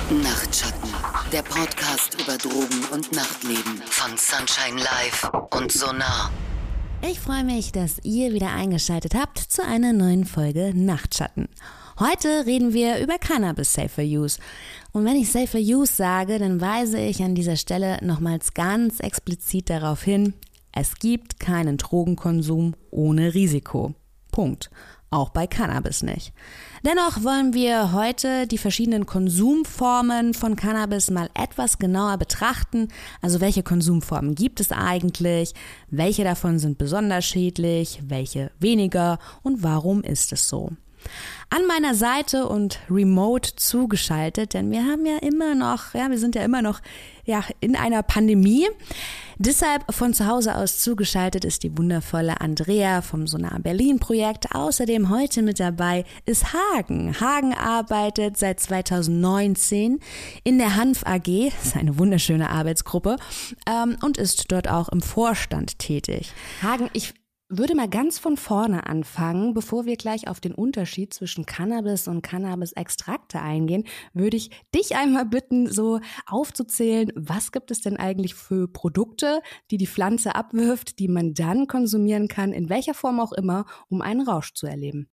Nachtschatten, der Podcast über Drogen und Nachtleben von Sunshine Live und Sonar. Ich freue mich, dass ihr wieder eingeschaltet habt zu einer neuen Folge Nachtschatten. Heute reden wir über Cannabis Safer Use. Und wenn ich Safer Use sage, dann weise ich an dieser Stelle nochmals ganz explizit darauf hin, es gibt keinen Drogenkonsum ohne Risiko. Punkt. Auch bei Cannabis nicht. Dennoch wollen wir heute die verschiedenen Konsumformen von Cannabis mal etwas genauer betrachten. Also welche Konsumformen gibt es eigentlich? Welche davon sind besonders schädlich? Welche weniger? Und warum ist es so? An meiner Seite und remote zugeschaltet, denn wir sind ja immer noch in einer Pandemie. Deshalb von zu Hause aus zugeschaltet ist die wundervolle Andrea vom Sonar Berlin Projekt. Außerdem heute mit dabei ist Hagen. Hagen arbeitet seit 2019 in der Hanf AG, das ist eine wunderschöne Arbeitsgruppe, und ist dort auch im Vorstand tätig. Hagen, ich würde mal ganz von vorne anfangen, bevor wir gleich auf den Unterschied zwischen Cannabis und Cannabis-Extrakte eingehen, würde ich dich einmal bitten, so aufzuzählen, was gibt es denn eigentlich für Produkte, die die Pflanze abwirft, die man dann konsumieren kann, in welcher Form auch immer, um einen Rausch zu erleben?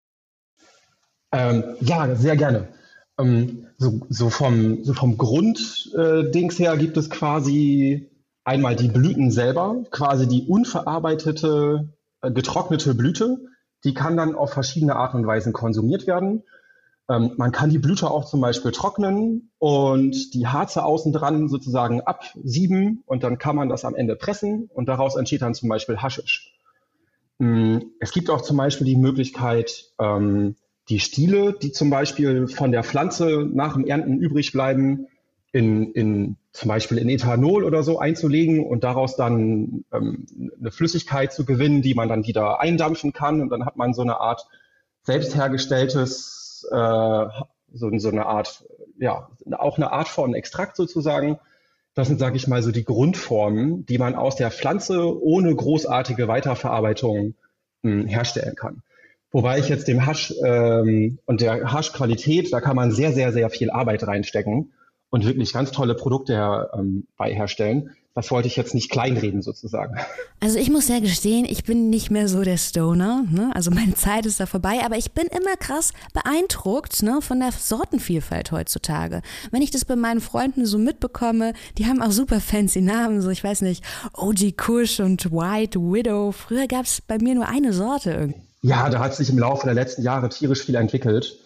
Ja, sehr gerne. So vom Grunddings her gibt es quasi einmal die Blüten selber, quasi die unverarbeitete getrocknete Blüte, die kann dann auf verschiedene Arten und Weisen konsumiert werden. Man kann die Blüte auch zum Beispiel trocknen und die Harze außen dran sozusagen absieben und dann kann man das am Ende pressen und daraus entsteht dann zum Beispiel Haschisch. Es gibt auch zum Beispiel die Möglichkeit, die Stiele, die zum Beispiel von der Pflanze nach dem Ernten übrig bleiben, zum Beispiel in Ethanol oder so einzulegen und daraus dann eine Flüssigkeit zu gewinnen, die man dann wieder eindampfen kann. Und dann hat man so eine Art selbst hergestelltes, so eine Art, auch eine Art von Extrakt sozusagen. Das sind, sage ich mal, so die Grundformen, die man aus der Pflanze ohne großartige Weiterverarbeitung herstellen kann. Wobei ich jetzt dem Hasch und der Haschqualität, da kann man sehr, sehr, sehr viel Arbeit reinstecken und wirklich ganz tolle Produkte bei herstellen. Das wollte ich jetzt nicht kleinreden sozusagen. Also ich muss ja gestehen, ich bin nicht mehr so der Stoner, ne? Also meine Zeit ist da vorbei, aber ich bin immer krass beeindruckt, ne, von der Sortenvielfalt heutzutage. Wenn ich das bei meinen Freunden so mitbekomme, die haben auch super fancy Namen, so ich weiß nicht, OG Kush und White Widow. Früher gab es bei mir nur eine Sorte irgendwie. Ja, da hat sich im Laufe der letzten Jahre tierisch viel entwickelt.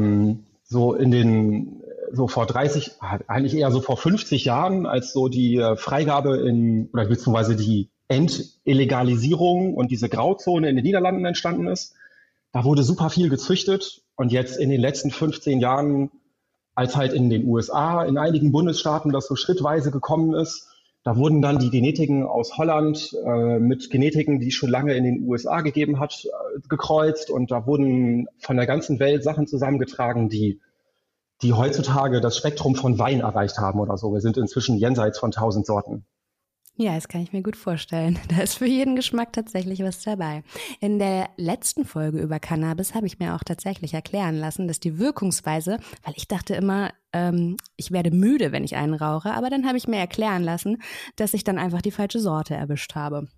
So vor 30, eigentlich eher so vor 50 Jahren, als so die Freigabe oder beziehungsweise die Entillegalisierung und diese Grauzone in den Niederlanden entstanden ist. Da wurde super viel gezüchtet und jetzt in den letzten 15 Jahren, als halt in den USA, in einigen Bundesstaaten das so schrittweise gekommen ist, da wurden dann die Genetiken aus Holland mit Genetiken, die es schon lange in den USA gegeben hat, gekreuzt und da wurden von der ganzen Welt Sachen zusammengetragen, die heutzutage das Spektrum von Wein erreicht haben oder so. Wir sind inzwischen jenseits von 1000 Sorten. Ja, das kann ich mir gut vorstellen. Da ist für jeden Geschmack tatsächlich was dabei. In der letzten Folge über Cannabis habe ich mir auch tatsächlich erklären lassen, dass die Wirkungsweise, weil ich dachte immer, ich werde müde, wenn ich einen rauche, aber dann habe ich mir erklären lassen, dass ich dann einfach die falsche Sorte erwischt habe.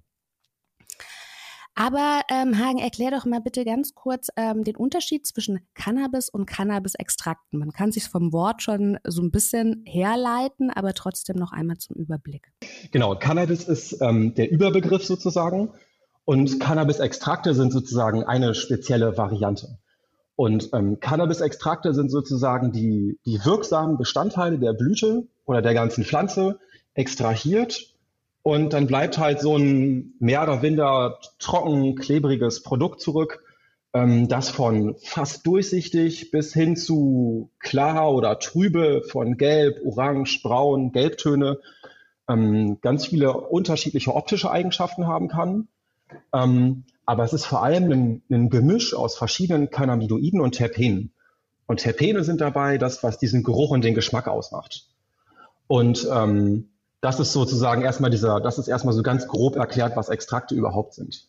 Aber Hagen, erklär doch mal bitte ganz kurz den Unterschied zwischen Cannabis und Cannabis-Extrakten. Man kann sich vom Wort schon so ein bisschen herleiten, aber trotzdem noch einmal zum Überblick. Genau, Cannabis ist der Überbegriff sozusagen und Cannabis-Extrakte sind sozusagen eine spezielle Variante. Und Cannabis-Extrakte sind sozusagen die wirksamen Bestandteile der Blüte oder der ganzen Pflanze extrahiert. Und dann bleibt halt so ein mehr oder weniger trocken, klebriges Produkt zurück, das von fast durchsichtig bis hin zu klar oder trübe, von gelb, orange, braun, Gelbtöne, ganz viele unterschiedliche optische Eigenschaften haben kann. Aber es ist vor allem ein Gemisch aus verschiedenen Cannabinoiden und Terpenen. Und Terpene sind dabei das, was diesen Geruch und den Geschmack ausmacht. Und das ist sozusagen erstmal so ganz grob erklärt, was Extrakte überhaupt sind.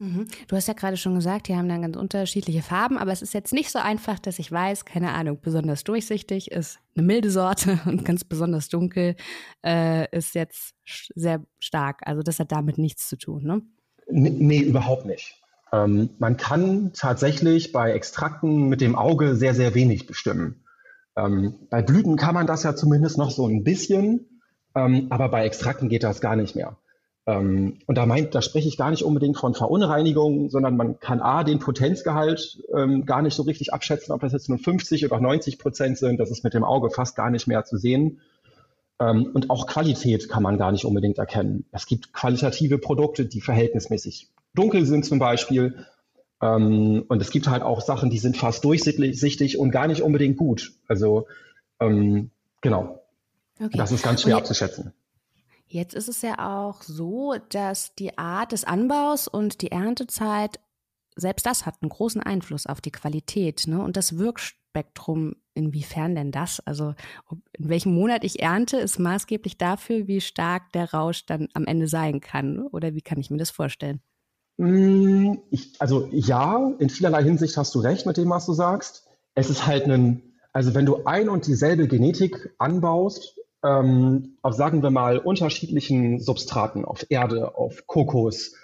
Du hast ja gerade schon gesagt, die haben dann ganz unterschiedliche Farben, aber es ist jetzt nicht so einfach, dass ich weiß, keine Ahnung, besonders durchsichtig ist eine milde Sorte und ganz besonders dunkel ist jetzt sehr stark. Also das hat damit nichts zu tun, ne? Nee, überhaupt nicht. Man kann tatsächlich bei Extrakten mit dem Auge sehr, sehr wenig bestimmen. Bei Blüten kann man das ja zumindest noch so ein bisschen, aber bei Extrakten geht das gar nicht mehr. Und da spreche ich gar nicht unbedingt von Verunreinigung, sondern man kann den Potenzgehalt gar nicht so richtig abschätzen, ob das jetzt nur 50 oder 90% sind. Das ist mit dem Auge fast gar nicht mehr zu sehen. Und auch Qualität kann man gar nicht unbedingt erkennen. Es gibt qualitative Produkte, die verhältnismäßig dunkel sind zum Beispiel. Und es gibt halt auch Sachen, die sind fast durchsichtig und gar nicht unbedingt gut. Also genau, okay. Das ist ganz schwer abzuschätzen. Jetzt ist es ja auch so, dass die Art des Anbaus und die Erntezeit, selbst das hat einen großen Einfluss auf die Qualität, ne? Und das Wirkspektrum, inwiefern denn das? Also in welchem Monat ich ernte, ist maßgeblich dafür, wie stark der Rausch dann am Ende sein kann. Oder wie kann ich mir das vorstellen? Also ja, in vielerlei Hinsicht hast du recht mit dem, was du sagst. Es ist halt also wenn du ein und dieselbe Genetik anbaust, auf, sagen wir mal, unterschiedlichen Substraten, auf Erde, auf Kokos,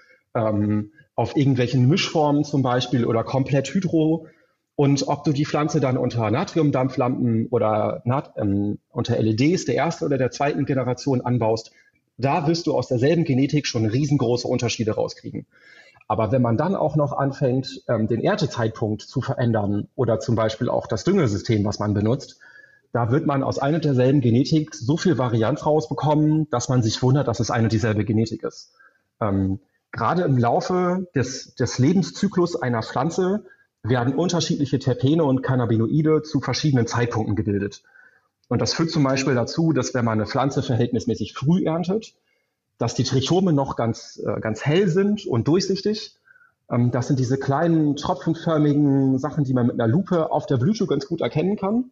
auf irgendwelchen Mischformen zum Beispiel oder komplett hydro. Und ob du die Pflanze dann unter Natriumdampflampen oder unter LEDs der ersten oder der zweiten Generation anbaust, da wirst du aus derselben Genetik schon riesengroße Unterschiede rauskriegen. Aber wenn man dann auch noch anfängt, den Erntezeitpunkt zu verändern oder zum Beispiel auch das Düngesystem, was man benutzt, da wird man aus einer und derselben Genetik so viel Varianz rausbekommen, dass man sich wundert, dass es eine und dieselbe Genetik ist. Gerade im Laufe des Lebenszyklus einer Pflanze werden unterschiedliche Terpene und Cannabinoide zu verschiedenen Zeitpunkten gebildet. Und das führt zum Beispiel dazu, dass wenn man eine Pflanze verhältnismäßig früh erntet, dass die Trichome noch ganz hell sind und durchsichtig. Das sind diese kleinen tropfenförmigen Sachen, die man mit einer Lupe auf der Blüte ganz gut erkennen kann.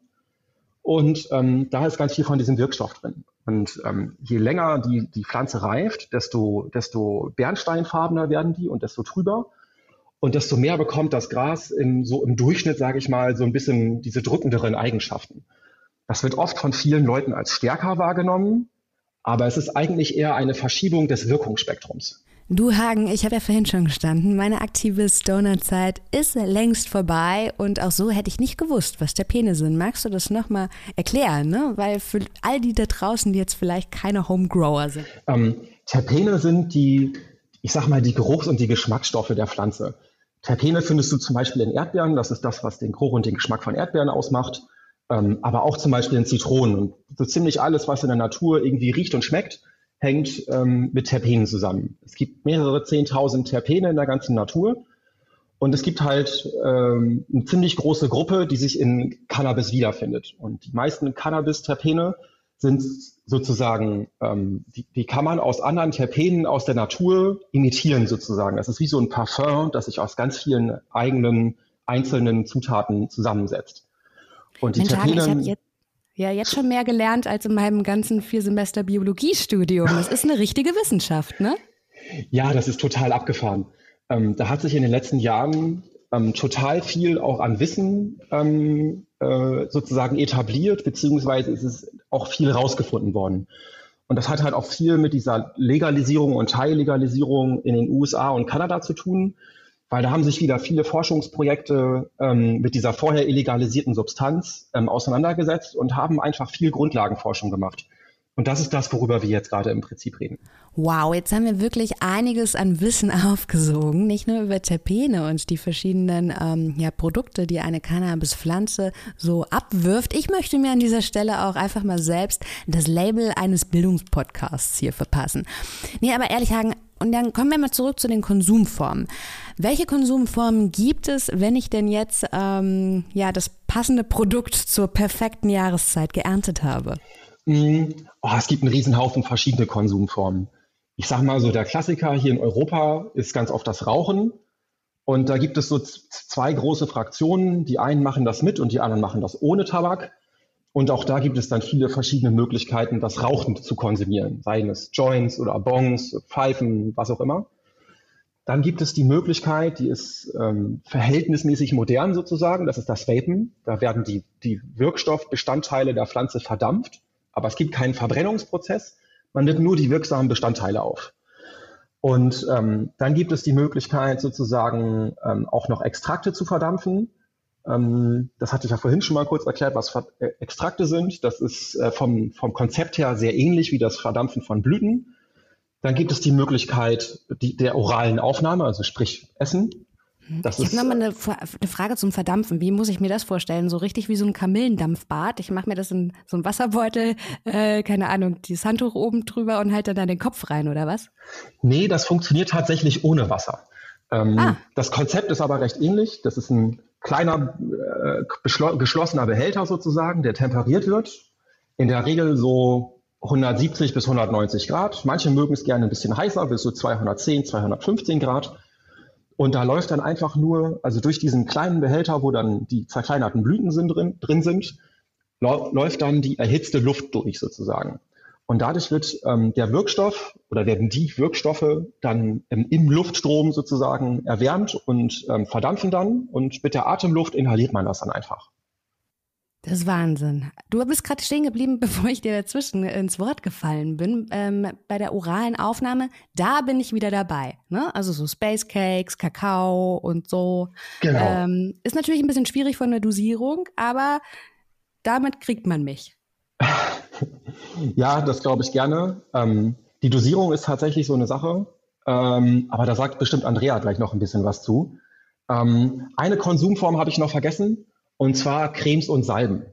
Und da ist ganz viel von diesem Wirkstoff drin. Und je länger die Pflanze reift, desto bernsteinfarbener werden die und desto trüber. Und desto mehr bekommt das Gras im Durchschnitt, sage ich mal, so ein bisschen diese drückenderen Eigenschaften. Das wird oft von vielen Leuten als stärker wahrgenommen, aber es ist eigentlich eher eine Verschiebung des Wirkungsspektrums. Du Hagen, ich habe ja vorhin schon gestanden, meine aktive Stoner-Zeit ist längst vorbei und auch so hätte ich nicht gewusst, was Terpene sind. Magst du das nochmal erklären, ne? Weil für all die da draußen, die jetzt vielleicht keine Homegrower sind. Terpene sind die Geruchs- und die Geschmacksstoffe der Pflanze. Terpene findest du zum Beispiel in Erdbeeren, das ist das, was den Geruch und den Geschmack von Erdbeeren ausmacht, aber auch zum Beispiel in Zitronen. Und so ziemlich alles, was in der Natur irgendwie riecht und schmeckt, hängt mit Terpenen zusammen. Es gibt mehrere 10.000 Terpene in der ganzen Natur und es gibt halt eine ziemlich große Gruppe, die sich in Cannabis wiederfindet. Und die meisten Cannabis-Terpene sind sozusagen, die kann man aus anderen Terpenen aus der Natur imitieren sozusagen. Das ist wie so ein Parfum, das sich aus ganz vielen eigenen einzelnen Zutaten zusammensetzt. Und die Terpene... Jetzt schon mehr gelernt als in meinem ganzen 4 Semester Biologiestudium. Das ist eine richtige Wissenschaft, ne? Ja, das ist total abgefahren. Da hat sich in den letzten Jahren total viel auch an Wissen sozusagen etabliert, beziehungsweise ist es auch viel rausgefunden worden. Und das hat halt auch viel mit dieser Legalisierung und Teillegalisierung in den USA und Kanada zu tun, weil da haben sich wieder viele Forschungsprojekte mit dieser vorher illegalisierten Substanz auseinandergesetzt und haben einfach viel Grundlagenforschung gemacht. Und das ist das, worüber wir jetzt gerade im Prinzip reden. Wow, jetzt haben wir wirklich einiges an Wissen aufgesogen, nicht nur über Terpene und die verschiedenen Produkte, die eine Cannabispflanze so abwirft. Ich möchte mir an dieser Stelle auch einfach mal selbst das Label eines Bildungspodcasts hier verpassen. Nee, aber ehrlich, Hagen, und dann kommen wir mal zurück zu den Konsumformen. Welche Konsumformen gibt es, wenn ich denn jetzt das passende Produkt zur perfekten Jahreszeit geerntet habe? Es gibt einen Riesenhaufen verschiedene Konsumformen. Ich sage mal so, der Klassiker hier in Europa ist ganz oft das Rauchen. Und da gibt es so 2 große Fraktionen. Die einen machen das mit und die anderen machen das ohne Tabak. Und auch da gibt es dann viele verschiedene Möglichkeiten, das Rauchen zu konsumieren. Seien es Joints oder Bongs, Pfeifen, was auch immer. Dann gibt es die Möglichkeit, die ist verhältnismäßig modern sozusagen, das ist das Vapen. Da werden die Wirkstoffbestandteile der Pflanze verdampft, aber es gibt keinen Verbrennungsprozess, man nimmt nur die wirksamen Bestandteile auf. Und dann gibt es die Möglichkeit sozusagen auch noch Extrakte zu verdampfen. Das hatte ich ja vorhin schon mal kurz erklärt, was Extrakte sind. Das ist vom Konzept her sehr ähnlich wie das Verdampfen von Blüten. Dann gibt es die Möglichkeit der oralen Aufnahme, also sprich Essen. Ich habe nochmal eine Frage zum Verdampfen. Wie muss ich mir das vorstellen? So richtig wie so ein Kamillendampfbad. Ich mache mir das in so einen Wasserbeutel, keine Ahnung, das Handtuch oben drüber und halte dann den Kopf rein, oder was? Nee, das funktioniert tatsächlich ohne Wasser. Das Konzept ist aber recht ähnlich. Das ist ein kleiner, geschlossener Behälter sozusagen, der temperiert wird. In der Regel so 170 bis 190 Grad. Manche mögen es gerne ein bisschen heißer, bis so 210, 215 Grad. Und da läuft dann einfach nur, also durch diesen kleinen Behälter, wo dann die zerkleinerten Blüten drin sind, läuft dann die erhitzte Luft durch sozusagen. Und dadurch wird der Wirkstoff oder werden die Wirkstoffe dann im Luftstrom sozusagen erwärmt und verdampfen dann. Und mit der Atemluft inhaliert man das dann einfach. Das ist Wahnsinn. Du bist gerade stehen geblieben, bevor ich dir dazwischen ins Wort gefallen bin. Bei der oralen Aufnahme, da bin ich wieder dabei. Ne? Also so Space Cakes, Kakao und so. Genau. Ist natürlich ein bisschen schwierig von der Dosierung, aber damit kriegt man mich. Ja, das glaube ich gerne. Die Dosierung ist tatsächlich so eine Sache. Aber da sagt bestimmt Andrea gleich noch ein bisschen was zu. Eine Konsumform habe ich noch vergessen. Und zwar Cremes und Salben.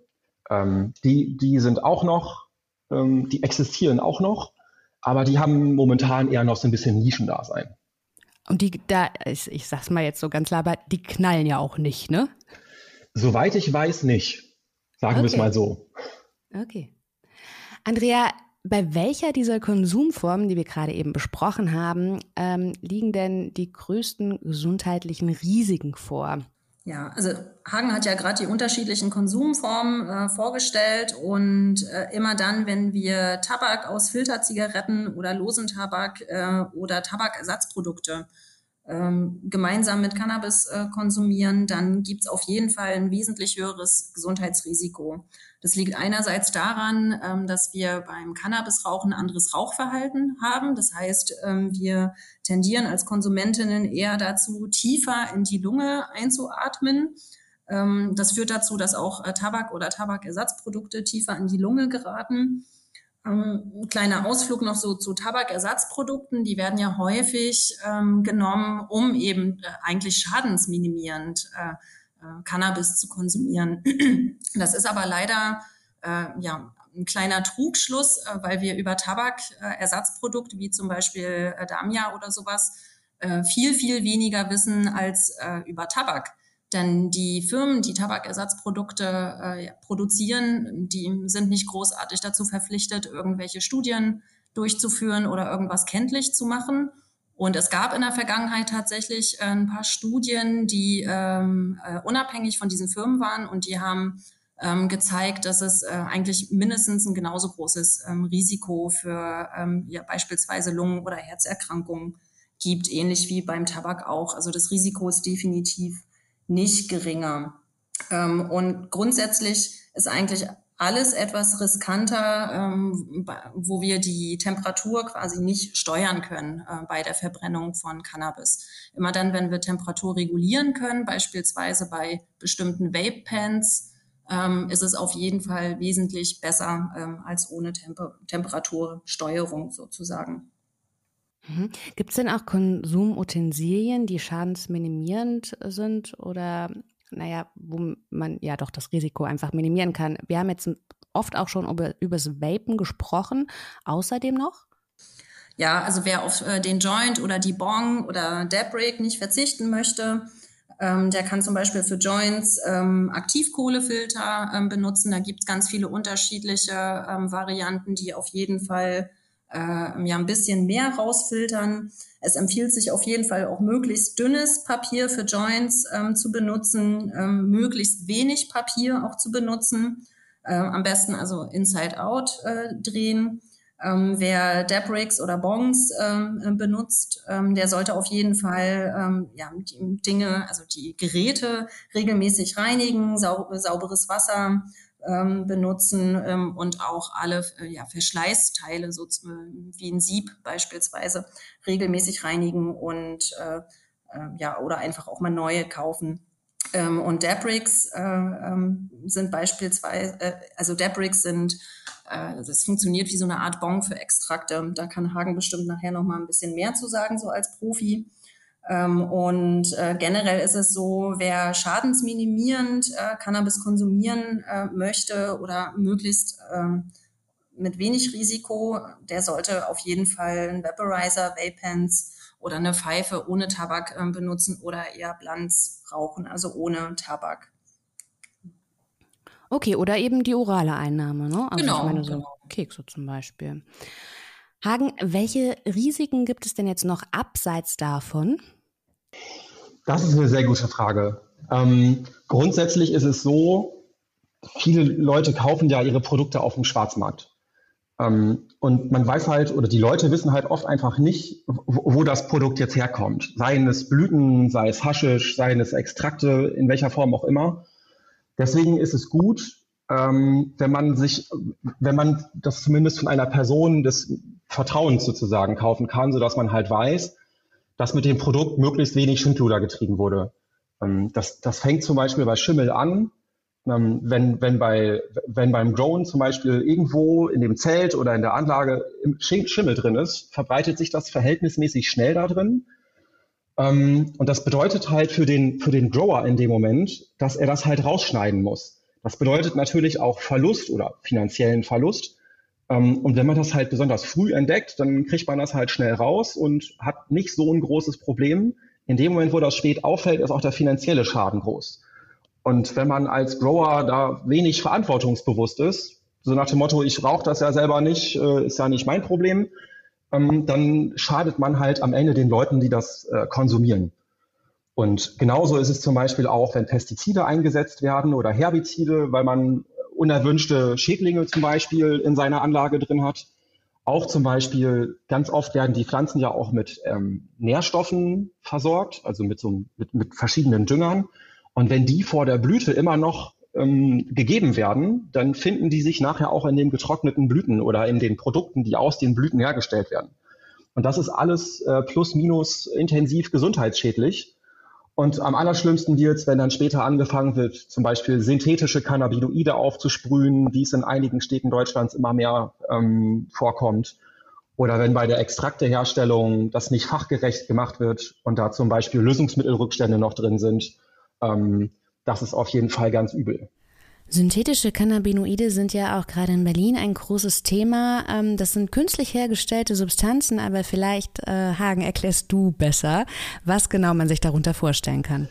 Die sind auch noch, die existieren auch noch, aber die haben momentan eher noch so ein bisschen Nischendasein. Und ich sag's mal jetzt so ganz klar, aber die knallen ja auch nicht, ne? Soweit ich weiß, nicht. Sagen wir es mal so. Okay. Andrea, bei welcher dieser Konsumformen, die wir gerade eben besprochen haben, liegen denn die größten gesundheitlichen Risiken vor? Ja, also Hagen hat ja gerade die unterschiedlichen Konsumformen vorgestellt und immer dann, wenn wir Tabak aus Filterzigaretten oder losen Tabak oder Tabakersatzprodukte gemeinsam mit Cannabis konsumieren, dann gibt's auf jeden Fall ein wesentlich höheres Gesundheitsrisiko. Das liegt einerseits daran, dass wir beim Cannabisrauchen ein anderes Rauchverhalten haben. Das heißt, wir tendieren als Konsumentinnen eher dazu, tiefer in die Lunge einzuatmen. Das führt dazu, dass auch Tabak oder Tabakersatzprodukte tiefer in die Lunge geraten. Ein kleiner Ausflug noch so zu Tabakersatzprodukten. Die werden ja häufig genommen, um eben eigentlich schadensminimierend Cannabis zu konsumieren. Das ist aber leider ein kleiner Trugschluss, weil wir über Tabakersatzprodukte wie zum Beispiel Damia oder sowas viel, viel weniger wissen als über Tabak. Denn die Firmen, die Tabakersatzprodukte produzieren, die sind nicht großartig dazu verpflichtet, irgendwelche Studien durchzuführen oder irgendwas kenntlich zu machen. Und es gab in der Vergangenheit tatsächlich ein paar Studien, die unabhängig von diesen Firmen waren und die haben gezeigt, dass es eigentlich mindestens ein genauso großes Risiko für beispielsweise Lungen- oder Herzerkrankungen gibt, ähnlich wie beim Tabak auch. Also das Risiko ist definitiv nicht geringer. Und grundsätzlich ist eigentlich alles etwas riskanter, wo wir die Temperatur quasi nicht steuern können bei der Verbrennung von Cannabis. Immer dann, wenn wir Temperatur regulieren können, beispielsweise bei bestimmten Vape-Pens, ist es auf jeden Fall wesentlich besser als ohne Temperatursteuerung sozusagen. Gibt es denn auch Konsumutensilien, die schadensminimierend sind oder, wo man ja doch das Risiko einfach minimieren kann? Wir haben jetzt oft auch schon übers Vapen gesprochen. Außerdem noch? Ja, also wer auf den Joint oder die Bong oder Dab-Rig nicht verzichten möchte, der kann zum Beispiel für Joints Aktivkohlefilter benutzen. Da gibt es ganz viele unterschiedliche Varianten, die auf jeden Fall ein bisschen mehr rausfiltern. Es empfiehlt sich auf jeden Fall auch möglichst dünnes Papier für Joints zu benutzen, möglichst wenig Papier auch zu benutzen, am besten also Inside Out drehen. Wer Dabrix oder Bongs benutzt, der sollte auf jeden Fall die Dinge, also die Geräte regelmäßig reinigen, sauberes Wasser benutzen und auch alle Verschleißteile, so wie ein Sieb beispielsweise, regelmäßig reinigen und oder einfach auch mal neue kaufen. Und Dabrix sind beispielsweise, das funktioniert wie so eine Art Bong für Extrakte. Da kann Hagen bestimmt nachher noch mal ein bisschen mehr zu sagen, so als Profi. Generell ist es so, wer schadensminimierend Cannabis konsumieren möchte oder möglichst mit wenig Risiko, der sollte auf jeden Fall einen Vaporizer, Vape-Pens oder eine Pfeife ohne Tabak benutzen oder eher Blunts rauchen, also ohne Tabak. Okay, oder eben die orale Einnahme, ne? Also Genau, ich meine so Kekse zum Beispiel. Hagen, welche Risiken gibt es denn jetzt noch abseits davon? Das ist eine sehr gute Frage. Grundsätzlich ist es so, viele Leute kaufen ja ihre Produkte auf dem Schwarzmarkt. Und man weiß halt, oder die Leute wissen halt oft einfach nicht, wo das Produkt jetzt herkommt. Seien es Blüten, sei es Haschisch, seien es Extrakte, in welcher Form auch immer. Deswegen ist es gut, wenn man das zumindest von einer Person des Vertrauens sozusagen kaufen kann, sodass man halt weiß, dass mit dem Produkt möglichst wenig Schindluder getrieben wurde. Das fängt zum Beispiel bei Schimmel an. Wenn beim Growen zum Beispiel irgendwo in dem Zelt oder in der Anlage Schimmel drin ist, verbreitet sich das verhältnismäßig schnell da drin. Und das bedeutet halt für den Grower in dem Moment, dass er das halt rausschneiden muss. Das bedeutet natürlich auch Verlust oder finanziellen Verlust. Und wenn man das halt besonders früh entdeckt, dann kriegt man das halt schnell raus und hat nicht so ein großes Problem. In dem Moment, wo das spät auffällt, ist auch der finanzielle Schaden groß. Und wenn man als Grower da wenig verantwortungsbewusst ist, so nach dem Motto, ich rauche das ja selber nicht, ist ja nicht mein Problem, dann schadet man halt am Ende den Leuten, die das konsumieren. Und genauso ist es zum Beispiel auch, wenn Pestizide eingesetzt werden oder Herbizide, weil man unerwünschte Schädlinge zum Beispiel in seiner Anlage drin hat. Auch zum Beispiel, ganz oft werden die Pflanzen ja auch mit Nährstoffen versorgt, also mit verschiedenen Düngern. Und wenn die vor der Blüte immer noch gegeben werden, dann finden die sich nachher auch in den getrockneten Blüten oder in den Produkten, die aus den Blüten hergestellt werden. Und das ist alles plus minus intensiv gesundheitsschädlich. Und am allerschlimmsten wird es, wenn dann später angefangen wird, zum Beispiel synthetische Cannabinoide aufzusprühen, wie es in einigen Städten Deutschlands immer mehr vorkommt. Oder wenn bei der Extrakteherstellung das nicht fachgerecht gemacht wird und da zum Beispiel Lösungsmittelrückstände noch drin sind. Das ist auf jeden Fall ganz übel. Synthetische Cannabinoide sind ja auch gerade in Berlin ein großes Thema. Das sind künstlich hergestellte Substanzen, aber vielleicht, Hagen, erklärst du besser, was genau man sich darunter vorstellen kann.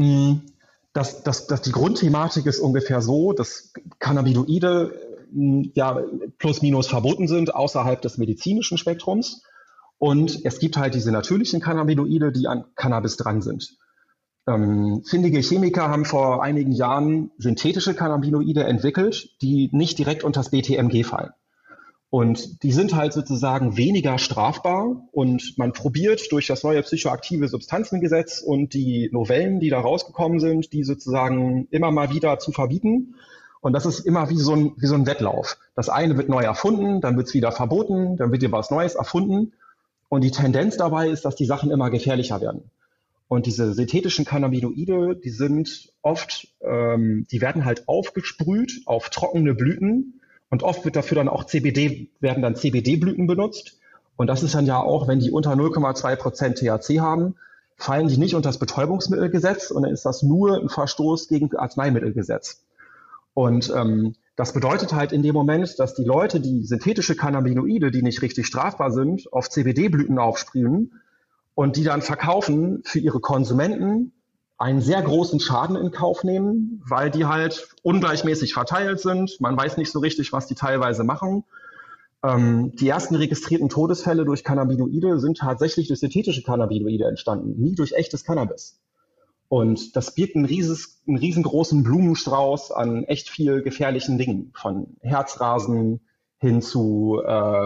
Die Grundthematik ist ungefähr so, dass Cannabinoide plus minus verboten sind außerhalb des medizinischen Spektrums. Und es gibt halt diese natürlichen Cannabinoide, die an Cannabis dran sind. Findige Chemiker haben vor einigen Jahren synthetische Cannabinoide entwickelt, die nicht direkt unter das BTMG fallen. Und die sind halt sozusagen weniger strafbar und man probiert durch das neue psychoaktive Substanzengesetz und die Novellen, die da rausgekommen sind, die sozusagen immer mal wieder zu verbieten. Und das ist immer wie so ein Wettlauf. Das eine wird neu erfunden, dann wird es wieder verboten, dann wird wieder was Neues erfunden. Und die Tendenz dabei ist, dass die Sachen immer gefährlicher werden. Und diese synthetischen Cannabinoide, die sind oft, die werden halt aufgesprüht auf trockene Blüten und oft werden dann CBD-Blüten benutzt. Und das ist dann ja auch, wenn die unter 0,2% THC haben, fallen die nicht unter das Betäubungsmittelgesetz und dann ist das nur ein Verstoß gegen das Arzneimittelgesetz. Und das bedeutet halt in dem Moment, dass die Leute, die synthetische Cannabinoide, die nicht richtig strafbar sind, auf CBD-Blüten aufsprühen, und die dann verkaufen, für ihre Konsumenten einen sehr großen Schaden in Kauf nehmen, weil die halt ungleichmäßig verteilt sind. Man weiß nicht so richtig, was die teilweise machen. Die ersten registrierten Todesfälle durch Cannabinoide sind tatsächlich durch synthetische Cannabinoide entstanden, nie durch echtes Cannabis. Und das birgt einen riesengroßen Blumenstrauß an echt viel gefährlichen Dingen, von Herzrasen hin zu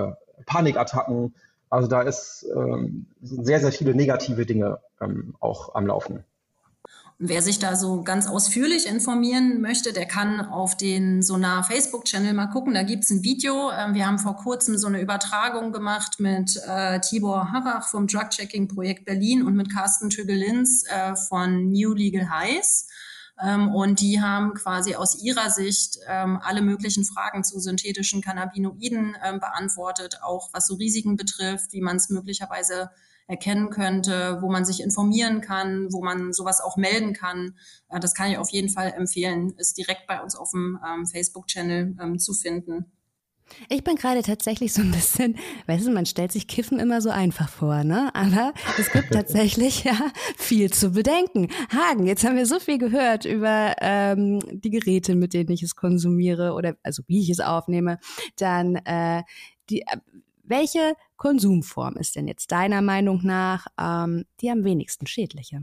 Panikattacken. Also da sind sehr, sehr viele negative Dinge auch am Laufen. Wer sich da so ganz ausführlich informieren möchte, der kann auf den Sonar Facebook-Channel mal gucken. Da gibt's ein Video. Wir haben vor kurzem so eine Übertragung gemacht mit Tibor Harrach vom Drug-Checking-Projekt Berlin und mit Carsten Tögel-Linz von New Legal Highs. Und die haben quasi aus ihrer Sicht alle möglichen Fragen zu synthetischen Cannabinoiden beantwortet, auch was so Risiken betrifft, wie man es möglicherweise erkennen könnte, wo man sich informieren kann, wo man sowas auch melden kann. Das kann ich auf jeden Fall empfehlen, ist direkt bei uns auf dem Facebook-Channel zu finden. Ich bin gerade tatsächlich so ein bisschen, weißt du, man stellt sich Kiffen immer so einfach vor, ne? Aber es gibt tatsächlich viel zu bedenken. Hagen, jetzt haben wir so viel gehört über die Geräte, mit denen ich es konsumiere oder also wie ich es aufnehme. Dann welche Konsumform ist denn jetzt deiner Meinung nach die am wenigsten schädliche?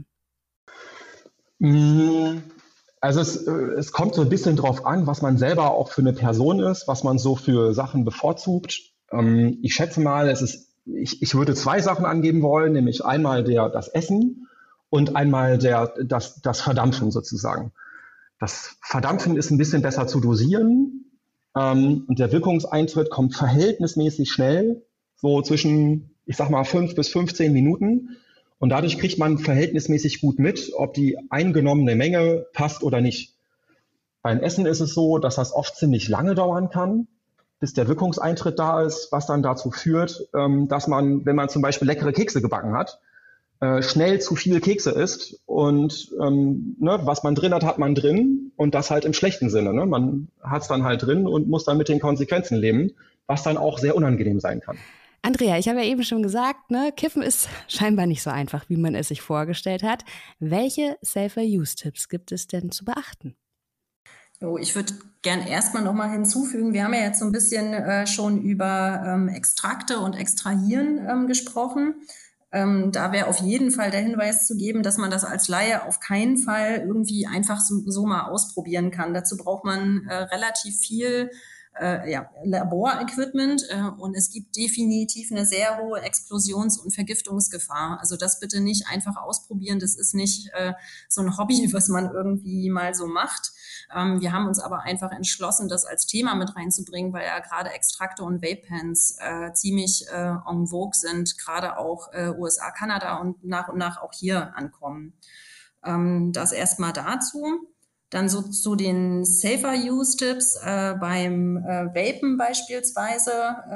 Also es kommt so ein bisschen drauf an, was man selber auch für eine Person ist, was man so für Sachen bevorzugt. Ich schätze mal, ich würde 2 Sachen angeben wollen, nämlich einmal das Essen und einmal das Verdampfen sozusagen. Das Verdampfen ist ein bisschen besser zu dosieren. Und der Wirkungseintritt kommt verhältnismäßig schnell, so zwischen, ich sag mal, 5 bis 15 Minuten. Und dadurch kriegt man verhältnismäßig gut mit, ob die eingenommene Menge passt oder nicht. Beim Essen ist es so, dass das oft ziemlich lange dauern kann, bis der Wirkungseintritt da ist, was dann dazu führt, dass man, wenn man zum Beispiel leckere Kekse gebacken hat, schnell zu viel Kekse isst und was man drin hat man drin und das halt im schlechten Sinne. Ne? Man hat es dann halt drin und muss dann mit den Konsequenzen leben, was dann auch sehr unangenehm sein kann. Andrea, ich habe ja eben schon gesagt, ne, Kiffen ist scheinbar nicht so einfach, wie man es sich vorgestellt hat. Welche Safer-Use-Tipps gibt es denn zu beachten? Ich würde gern erstmal nochmal hinzufügen, wir haben ja jetzt so ein bisschen schon über Extrakte und Extrahieren gesprochen. Da wäre auf jeden Fall der Hinweis zu geben, dass man das als Laie auf keinen Fall irgendwie einfach so mal ausprobieren kann. Dazu braucht man relativ viel Laborequipment und es gibt definitiv eine sehr hohe Explosions- und Vergiftungsgefahr. Also das bitte nicht einfach ausprobieren. Das ist nicht so ein Hobby, was man irgendwie mal so macht. Wir haben uns aber einfach entschlossen, das als Thema mit reinzubringen, weil ja gerade Extrakte und Vape-Pens ziemlich en vogue sind, gerade auch USA, Kanada und nach auch hier ankommen. Das erstmal dazu. Dann so zu den Safer-Use-Tipps beim Vapen beispielsweise.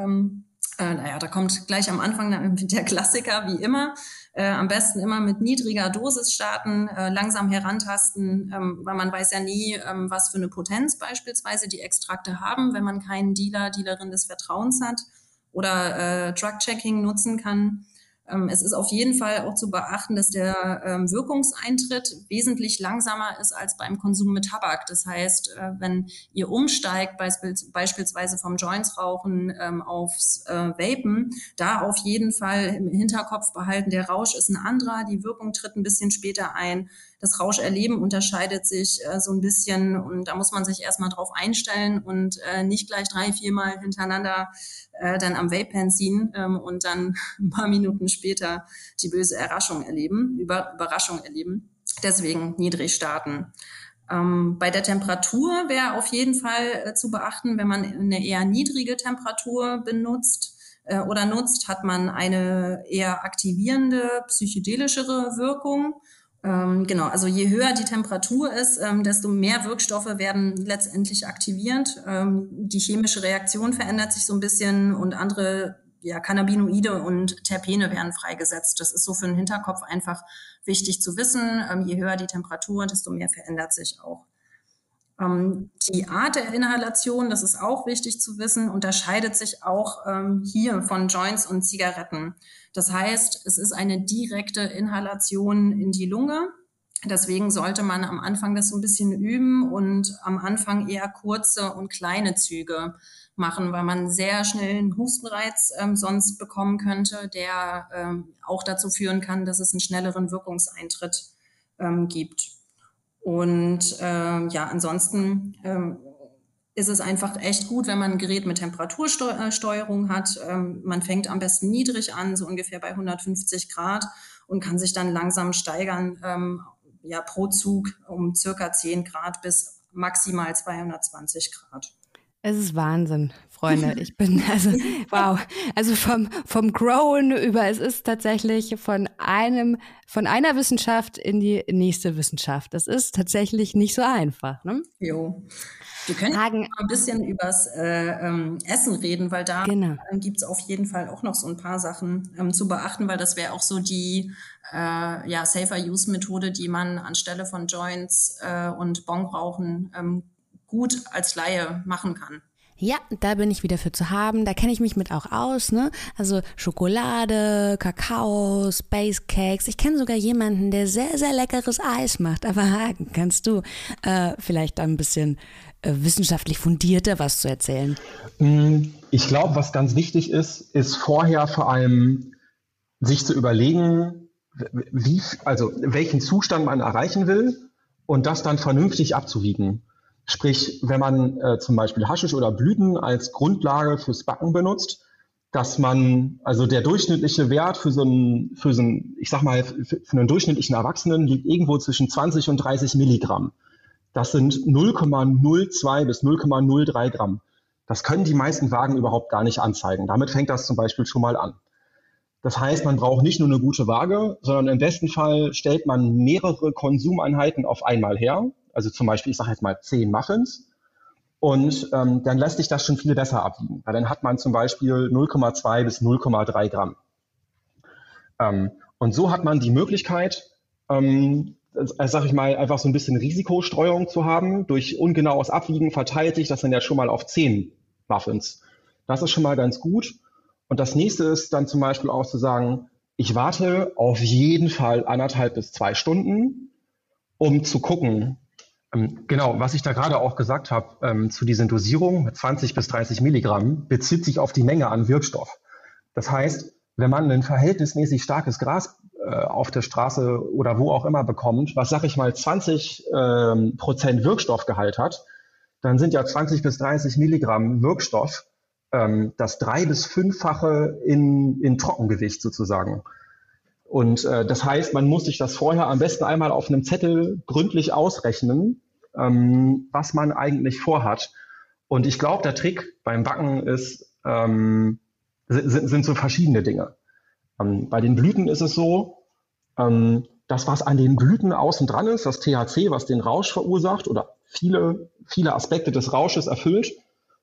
Da kommt gleich am Anfang der Klassiker, wie immer. Am besten immer mit niedriger Dosis starten, langsam herantasten, weil man weiß ja nie, was für eine Potenz beispielsweise die Extrakte haben, wenn man keinen Dealerin des Vertrauens hat oder Drug-Checking nutzen kann. Es ist auf jeden Fall auch zu beachten, dass der Wirkungseintritt wesentlich langsamer ist als beim Konsum mit Tabak. Das heißt, wenn ihr umsteigt, beispielsweise vom Joints-Rauchen aufs Vapen, da auf jeden Fall im Hinterkopf behalten, der Rausch ist ein anderer, die Wirkung tritt ein bisschen später ein. Das Rauscherleben unterscheidet sich so ein bisschen und da muss man sich erstmal drauf einstellen und nicht gleich 3-4 Mal hintereinander dann am Vape-Pen ziehen und dann ein paar Minuten später die böse Überraschung erleben. Deswegen niedrig starten. Bei der Temperatur wäre auf jeden Fall zu beachten, wenn man eine eher niedrige Temperatur benutzt oder nutzt, hat man eine eher aktivierende, psychedelischere Wirkung. Genau, also je höher die Temperatur ist, desto mehr Wirkstoffe werden letztendlich aktiviert. Die chemische Reaktion verändert sich so ein bisschen und andere Cannabinoide und Terpene werden freigesetzt. Das ist so für den Hinterkopf einfach wichtig zu wissen. Je höher die Temperatur, desto mehr verändert sich auch. Die Art der Inhalation, das ist auch wichtig zu wissen, unterscheidet sich auch hier von Joints und Zigaretten. Das heißt, es ist eine direkte Inhalation in die Lunge. Deswegen sollte man am Anfang das so ein bisschen üben und am Anfang eher kurze und kleine Züge machen, weil man sehr schnell einen Hustenreiz sonst bekommen könnte, der auch dazu führen kann, dass es einen schnelleren Wirkungseintritt gibt. Und ansonsten ist es einfach echt gut, wenn man ein Gerät mit Temperatursteuerung hat. Man fängt am besten niedrig an, so ungefähr bei 150 Grad und kann sich dann langsam steigern, pro Zug um circa 10 Grad bis maximal 220 Grad. Es ist Wahnsinn, Freunde. Ich bin, wow. Also vom Growen über, es ist tatsächlich von einer Wissenschaft in die nächste Wissenschaft. Das ist tatsächlich nicht so einfach, ne? Jo. Wir können Hagen, ein bisschen übers Essen reden, weil da genau. gibt es auf jeden Fall auch noch so ein paar Sachen zu beachten, weil das wäre auch so die Safer-Use-Methode, die man anstelle von Joints und Bongrauchen gut als Laie machen kann. Ja, da bin ich wieder für zu haben. Da kenne ich mich mit auch aus, ne? Also Schokolade, Kakao, Space Cakes. Ich kenne sogar jemanden, der sehr, sehr leckeres Eis macht. Aber Hagen, kannst du vielleicht ein bisschen wissenschaftlich fundierter was zu erzählen? Ich glaube, was ganz wichtig ist vorher vor allem sich zu überlegen, welchen Zustand man erreichen will und das dann vernünftig abzuwiegen. Sprich, wenn man zum Beispiel Haschisch oder Blüten als Grundlage fürs Backen benutzt, dass man, also der durchschnittliche Wert für einen durchschnittlichen Erwachsenen liegt irgendwo zwischen 20 und 30 Milligramm. Das sind 0,02 bis 0,03 Gramm. Das können die meisten Wagen überhaupt gar nicht anzeigen. Damit fängt das zum Beispiel schon mal an. Das heißt, man braucht nicht nur eine gute Waage, sondern im besten Fall stellt man mehrere Konsumeinheiten auf einmal her. Also zum Beispiel, ich sage jetzt mal 10 Muffins. Und dann lässt sich das schon viel besser abwiegen. Weil dann hat man zum Beispiel 0,2 bis 0,3 Gramm. Und so hat man die Möglichkeit, sag ich mal, einfach so ein bisschen Risikostreuung zu haben. Durch ungenaues Abwiegen verteilt sich das dann ja schon mal auf 10 Muffins. Das ist schon mal ganz gut. Und das nächste ist dann zum Beispiel auch zu sagen, ich warte auf jeden Fall 1,5 bis 2 Stunden, um zu gucken. Genau, was ich da gerade auch gesagt habe zu diesen Dosierungen mit 20 bis 30 Milligramm, bezieht sich auf die Menge an Wirkstoff. Das heißt, wenn man ein verhältnismäßig starkes Gras auf der Straße oder wo auch immer bekommt, was, sag ich mal, 20% Wirkstoffgehalt hat, dann sind ja 20 bis 30 Milligramm Wirkstoff das 3- bis 5-fache in Trockengewicht sozusagen. Und das heißt, man muss sich das vorher am besten einmal auf einem Zettel gründlich ausrechnen, was man eigentlich vorhat. Und ich glaube, der Trick beim Backen sind so verschiedene Dinge. Bei den Blüten ist es so, das, was an den Blüten außen dran ist, das THC, was den Rausch verursacht oder viele Aspekte des Rausches erfüllt,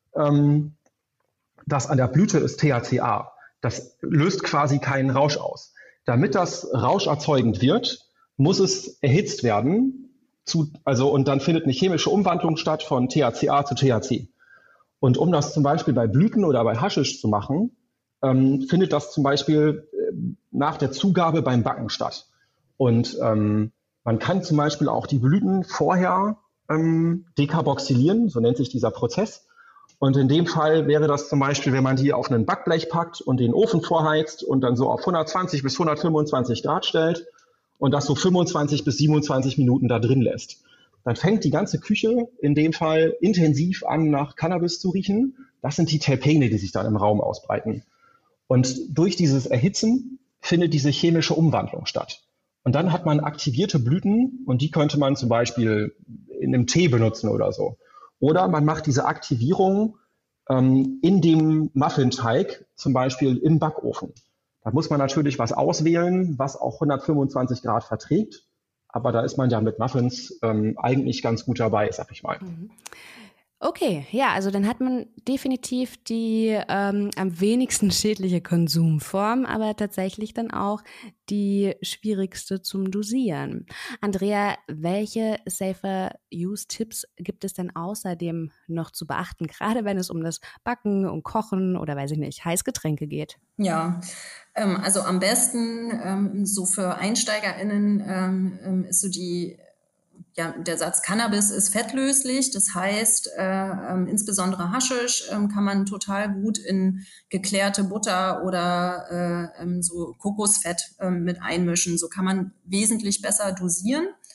das an der Blüte ist THCA. Das löst quasi keinen Rausch aus. Damit das rauscherzeugend wird, muss es erhitzt werden. Und dann findet eine chemische Umwandlung statt von THCA zu THC. Und um das zum Beispiel bei Blüten oder bei Haschisch zu machen, findet das zum Beispiel nach der Zugabe beim Backen statt. Und man kann zum Beispiel auch die Blüten vorher dekarboxylieren, so nennt sich dieser Prozess. Und in dem Fall wäre das zum Beispiel, wenn man die auf ein Backblech packt und den Ofen vorheizt und dann so auf 120 bis 125 Grad stellt und das so 25 bis 27 Minuten da drin lässt. Dann fängt die ganze Küche in dem Fall intensiv an, nach Cannabis zu riechen. Das sind die Terpene, die sich dann im Raum ausbreiten. Und durch dieses Erhitzen findet diese chemische Umwandlung statt. Und dann hat man aktivierte Blüten und die könnte man zum Beispiel in einem Tee benutzen oder so. Oder man macht diese Aktivierung in dem Muffinteig, zum Beispiel im Backofen. Da muss man natürlich was auswählen, was auch 125 Grad verträgt. Aber da ist man ja mit Muffins eigentlich ganz gut dabei, sag ich mal. Okay, ja, also dann hat man definitiv die am wenigsten schädliche Konsumform, aber tatsächlich dann auch die schwierigste zum Dosieren. Andrea, welche Safer-Use-Tipps gibt es denn außerdem noch zu beachten, gerade wenn es um das Backen und Kochen oder, weiß ich nicht, Heißgetränke geht? Ja, also am besten so für EinsteigerInnen ist so der Satz Cannabis ist fettlöslich. Das heißt, insbesondere Haschisch kann man total gut in geklärte Butter oder so Kokosfett mit einmischen. So kann man wesentlich besser dosieren.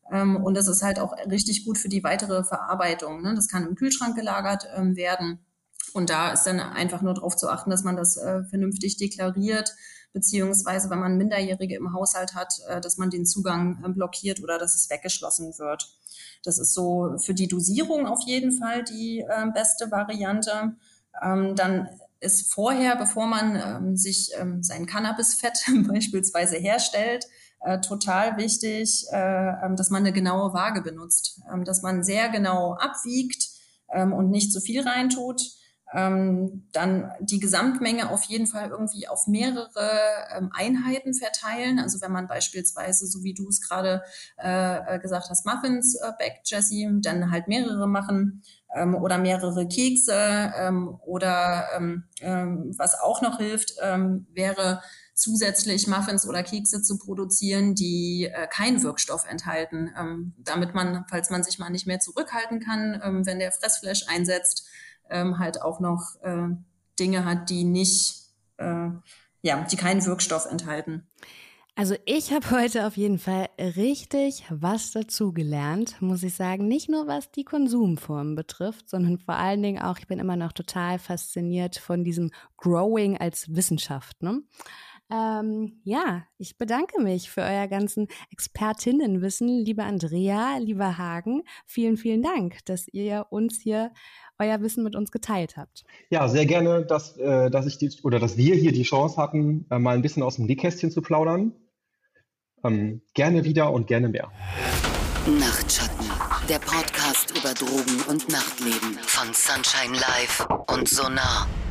Und das ist halt auch richtig gut für die weitere Verarbeitung, ne? Das kann im Kühlschrank gelagert werden. Und da ist dann einfach nur darauf zu achten, dass man das vernünftig deklariert, beziehungsweise wenn man Minderjährige im Haushalt hat, dass man den Zugang blockiert oder dass es weggeschlossen wird. Das ist so für die Dosierung auf jeden Fall die beste Variante. Dann ist vorher, bevor man sich sein Cannabisfett beispielsweise herstellt, total wichtig, dass man eine genaue Waage benutzt, dass man sehr genau abwiegt und nicht zu viel reintut. Dann die Gesamtmenge auf jeden Fall irgendwie auf mehrere Einheiten verteilen. Also wenn man beispielsweise, so wie du es gerade gesagt hast, Muffins backt, Jessie, dann halt mehrere machen oder mehrere Kekse oder was auch noch hilft, wäre zusätzlich Muffins oder Kekse zu produzieren, die keinen Wirkstoff enthalten, damit man, falls man sich mal nicht mehr zurückhalten kann, wenn der Fressflash einsetzt, halt auch noch Dinge hat, die nicht, die keinen Wirkstoff enthalten. Also ich habe heute auf jeden Fall richtig was dazugelernt, muss ich sagen. Nicht nur was die Konsumformen betrifft, sondern vor allen Dingen auch, ich bin immer noch total fasziniert von diesem Growing als Wissenschaft, ne? Ich bedanke mich für euer ganzen Expertinnenwissen, liebe Andrea, lieber Hagen. Vielen, vielen Dank, dass ihr uns hier euer Wissen mit uns geteilt habt. Ja, sehr gerne, dass wir hier die Chance hatten, mal ein bisschen aus dem Nähkästchen zu plaudern. Gerne wieder und gerne mehr. Nachtschatten, der Podcast über Drogen und Nachtleben von Sunshine Live und Sonar.